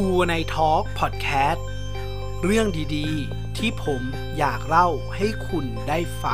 ภูในทอล์กพอดแคสต์เรื่องดีๆที่ผมอยากเล่าให้คุณได้ฟัง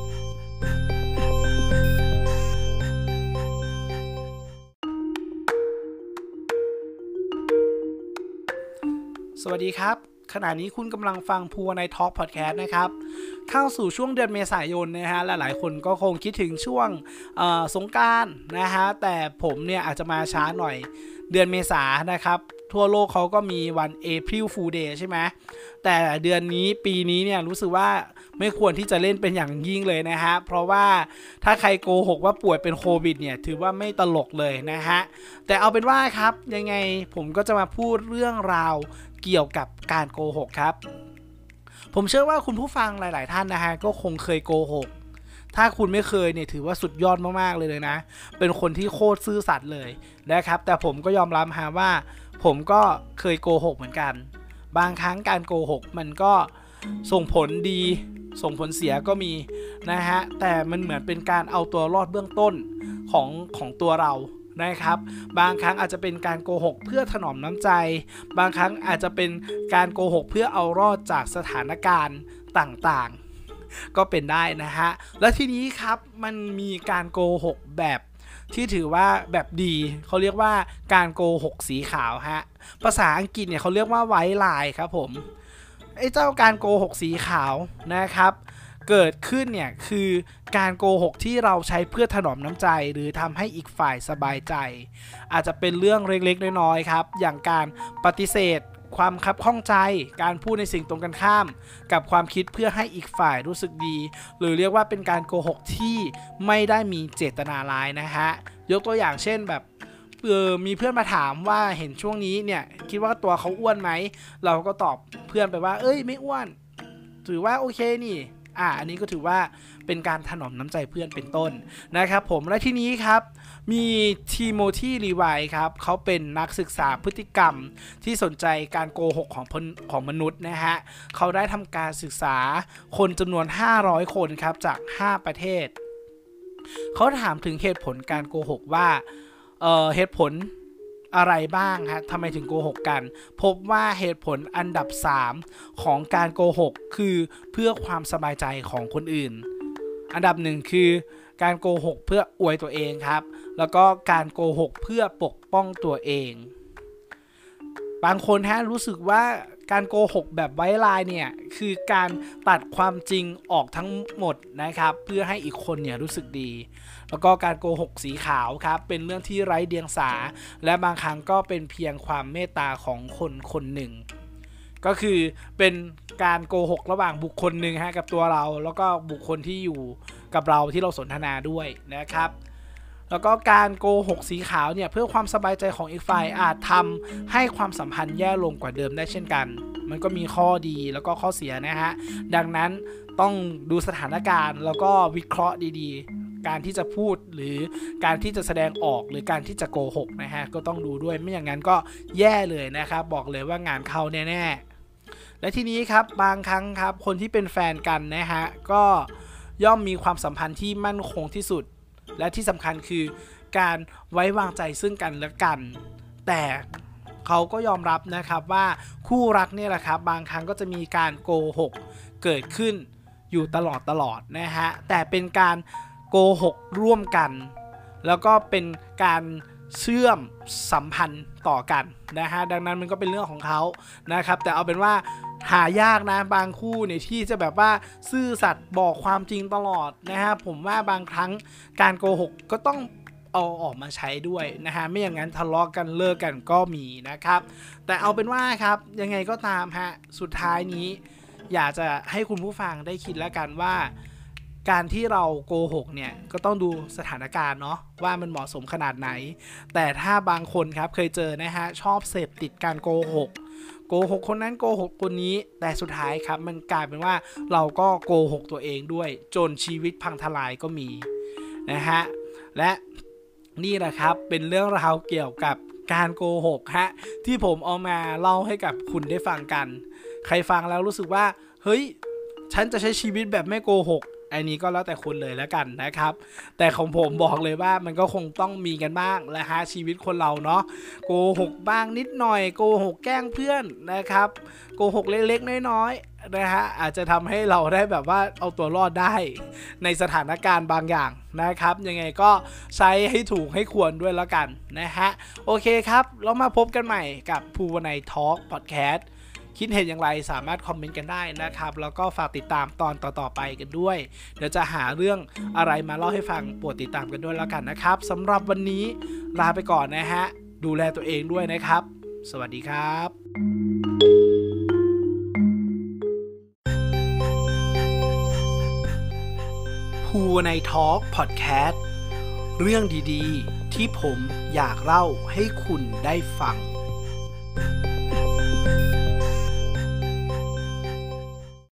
สวัสดีครับขณะนี้คุณกำลังฟังภูในทอล์กพอดแคสต์นะครับเข้าสู่ช่วงเดือนเมษายนนะฮะหลายๆคนก็คงคิดถึงช่วงสงกรานต์นะฮะแต่ผมเนี่ยอาจจะมาช้าหน่อยเดือนเมษายนนะครับทั่วโลกเขาก็มีวัน April Fool Day ใช่ไหมแต่เดือนนี้ปีนี้เนี่ยรู้สึกว่าไม่ควรที่จะเล่นเป็นอย่างยิ่งเลยนะฮะเพราะว่าถ้าใครโกหกว่าป่วยเป็นโควิดเนี่ยถือว่าไม่ตลกเลยนะฮะแต่เอาเป็นว่าครับยังไงผมก็จะมาพูดเรื่องราวเกี่ยวกับการโกหกครับผมเชื่อว่าคุณผู้ฟังหลายๆท่านนะฮะก็คงเคยโกหกถ้าคุณไม่เคยเนี่ยถือว่าสุดยอดมากๆเลยนะเป็นคนที่โคตรซื่อสัตย์เลยนะครับแต่ผมก็ยอมรับว่าผมก็เคยโกหกเหมือนกันบางครั้งการโกหกมันก็ส่งผลดีส่งผลเสียก็มีนะฮะแต่มันเหมือนเป็นการเอาตัวรอดเบื้องต้นของตัวเรานะครับบางครั้งอาจจะเป็นการโกหกเพื่อถนอมน้ำใจบางครั้งอาจจะเป็นการโกหกเพื่อเอารอดจากสถานการณ์ต่างๆก็เป็นได้นะฮะและทีนี้ครับมันมีการโกหกแบบที่ถือว่าแบบดีเขาเรียกว่าการโกหกสีขาวฮะภาษาอังกฤษเนี่ยเขาเรียกว่าไวท์ไลน์ครับผมไอ้เจ้าการโกหกสีขาวนะครับเกิดขึ้นเนี่ยคือการโกหกที่เราใช้เพื่อถนอมน้ำใจหรือทำให้อีกฝ่ายสบายใจอาจจะเป็นเรื่องเล็กๆน้อยๆครับอย่างการปฏิเสธความคับข้องใจการพูดในสิ่งตรงกันข้ามกับความคิดเพื่อให้อีกฝ่ายรู้สึกดีหรือเรียกว่าเป็นการโกหกที่ไม่ได้มีเจตนาร้ายนะฮะยกตัวอย่างเช่นแบบมีเพื่อนมาถามว่าเห็นช่วงนี้เนี่ยคิดว่าตัวเขาอ้วนไหมเราก็ตอบเพื่อนไปว่าเอ้ยไม่อ้วนถือว่าโอเคนี่อันนี้ก็ถือว่าเป็นการถนอมน้ำใจเพื่อนเป็นต้นนะครับผมและที่นี้ครับมีทีโมธีรีไวท์ครับเขาเป็นนักศึกษาพฤติกรรมที่สนใจการโกหกของมนุษย์นะฮะเขาได้ทำการศึกษาคนจำนวน500คนครับจาก5ประเทศเขาถามถึงเหตุผลการโกหกว่าเหตุผลอะไรบ้างฮะทำไมถึงโกหกกันพบว่าเหตุผลอันดับ3ของการโกหกคือเพื่อความสบายใจของคนอื่นอันดับ1คือการโกหกเพื่ออวยตัวเองครับแล้วก็การโกหกเพื่อปกป้องตัวเองบางคนรู้สึกว่าการโกหกแบบไว้ลายเนี่ยคือการตัดความจริงออกทั้งหมดนะครับเพื่อให้อีกคนเนี่ยรู้สึกดีแล้วก็การโกหกสีขาวครับเป็นเรื่องที่ไร้เดียงสาและบางครั้งก็เป็นเพียงความเมตตาของคนคนหนึ่งก็คือเป็นการโกหกระหว่างบุคคลหนึ่งกับตัวเราแล้วก็บุคคลที่อยู่กับเราที่เราสนทนาด้วยนะครับแล้วก็การโกหกสีขาวเนี่ยเพื่อความสบายใจของอีกฝ่ายอาจทำให้ความสัมพันธ์แย่ลงกว่าเดิมได้เช่นกันมันก็มีข้อดีแล้วก็ข้อเสียนะฮะดังนั้นต้องดูสถานการณ์แล้วก็วิเคราะห์ดีๆการที่จะพูดหรือการที่จะแสดงออกหรือการที่จะโกหกนะฮะก็ต้องดูด้วยไม่อย่างนั้นก็แย่เลยนะครับบอกเลยว่างานเข้าแน่ๆและทีนี้ครับบางครั้งครับคนที่เป็นแฟนกันนะฮะก็ย่อมมีความสัมพันธ์ที่มั่นคงที่สุดและที่สำคัญคือการไว้วางใจซึ่งกันและกันแต่เขาก็ยอมรับนะครับว่าคู่รักเนี่ยแหละครับบางครั้งก็จะมีการโกหกเกิดขึ้นอยู่ตลอดนะฮะแต่เป็นการโกหกร่วมกันแล้วก็เป็นการเชื่อมสัมพันธ์ต่อกันนะฮะดังนั้นมันก็เป็นเรื่องของเขานะครับแต่เอาเป็นว่าหายากนะบางคู่เนี่ยที่จะแบบว่าซื่อสัตย์บอกความจริงตลอดนะฮะผมว่าบางครั้งการโกหกก็ต้องเอาออกมาใช้ด้วยนะฮะไม่อย่างนั้นทะเลาะกันเลิกกันก็มีนะครับแต่เอาเป็นว่าครับยังไงก็ตามฮะสุดท้ายนี้อยากจะให้คุณผู้ฟังได้คิดแล้วกันว่าการที่เราโกหกเนี่ยก็ต้องดูสถานการณ์เนาะว่ามันเหมาะสมขนาดไหนแต่ถ้าบางคนครับเคยเจอนะฮะชอบเสพติดการโกหกคนนั้นโกหกคนนี้แต่สุดท้ายครับมันกลายเป็นว่าเราก็โกหกตัวเองด้วยจนชีวิตพังทลายก็มีนะฮะและนี่แหละครับเป็นเรื่องราวเกี่ยวกับการโกหกฮะที่ผมเอามาเล่าให้กับคุณได้ฟังกันใครฟังแล้วรู้สึกว่าเฮ้ยฉันจะใช้ชีวิตแบบไม่โกหกอันนี้ก็แล้วแต่คนเลยแล้วกันนะครับแต่ของผมบอกเลยว่ามันก็คงต้องมีกันบ้างและฮะชีวิตคนเราเนาะโกหกบ้างนิดหน่อยโกหกแกล้งเพื่อนนะครับโกหกเล็กๆน้อยๆนะฮะอาจจะทำให้เราได้แบบว่าเอาตัวรอดได้ในสถานการณ์บางอย่างนะครับยังไงก็ใช้ให้ถูกให้ควรด้วยแล้วกันนะฮะโอเคครับแล้วมาพบกันใหม่กับภูวนัยทอล์กพอดแคสต์คิดเห็นอย่างไรสามารถคอมเมนต์กันได้นะครับแล้วก็ฝากติดตามตอนต่อๆไปกันด้วยเดี๋ยวจะหาเรื่องอะไรมาเล่าให้ฟังโปรดติดตามกันด้วยแล้วกันนะครับสำหรับวันนี้ลาไปก่อนนะฮะดูแลตัวเองด้วยนะครับสวัสดีครับภูวนัยทอล์กพอดแคสต์เรื่องดีๆที่ผมอยากเล่าให้คุณได้ฟัง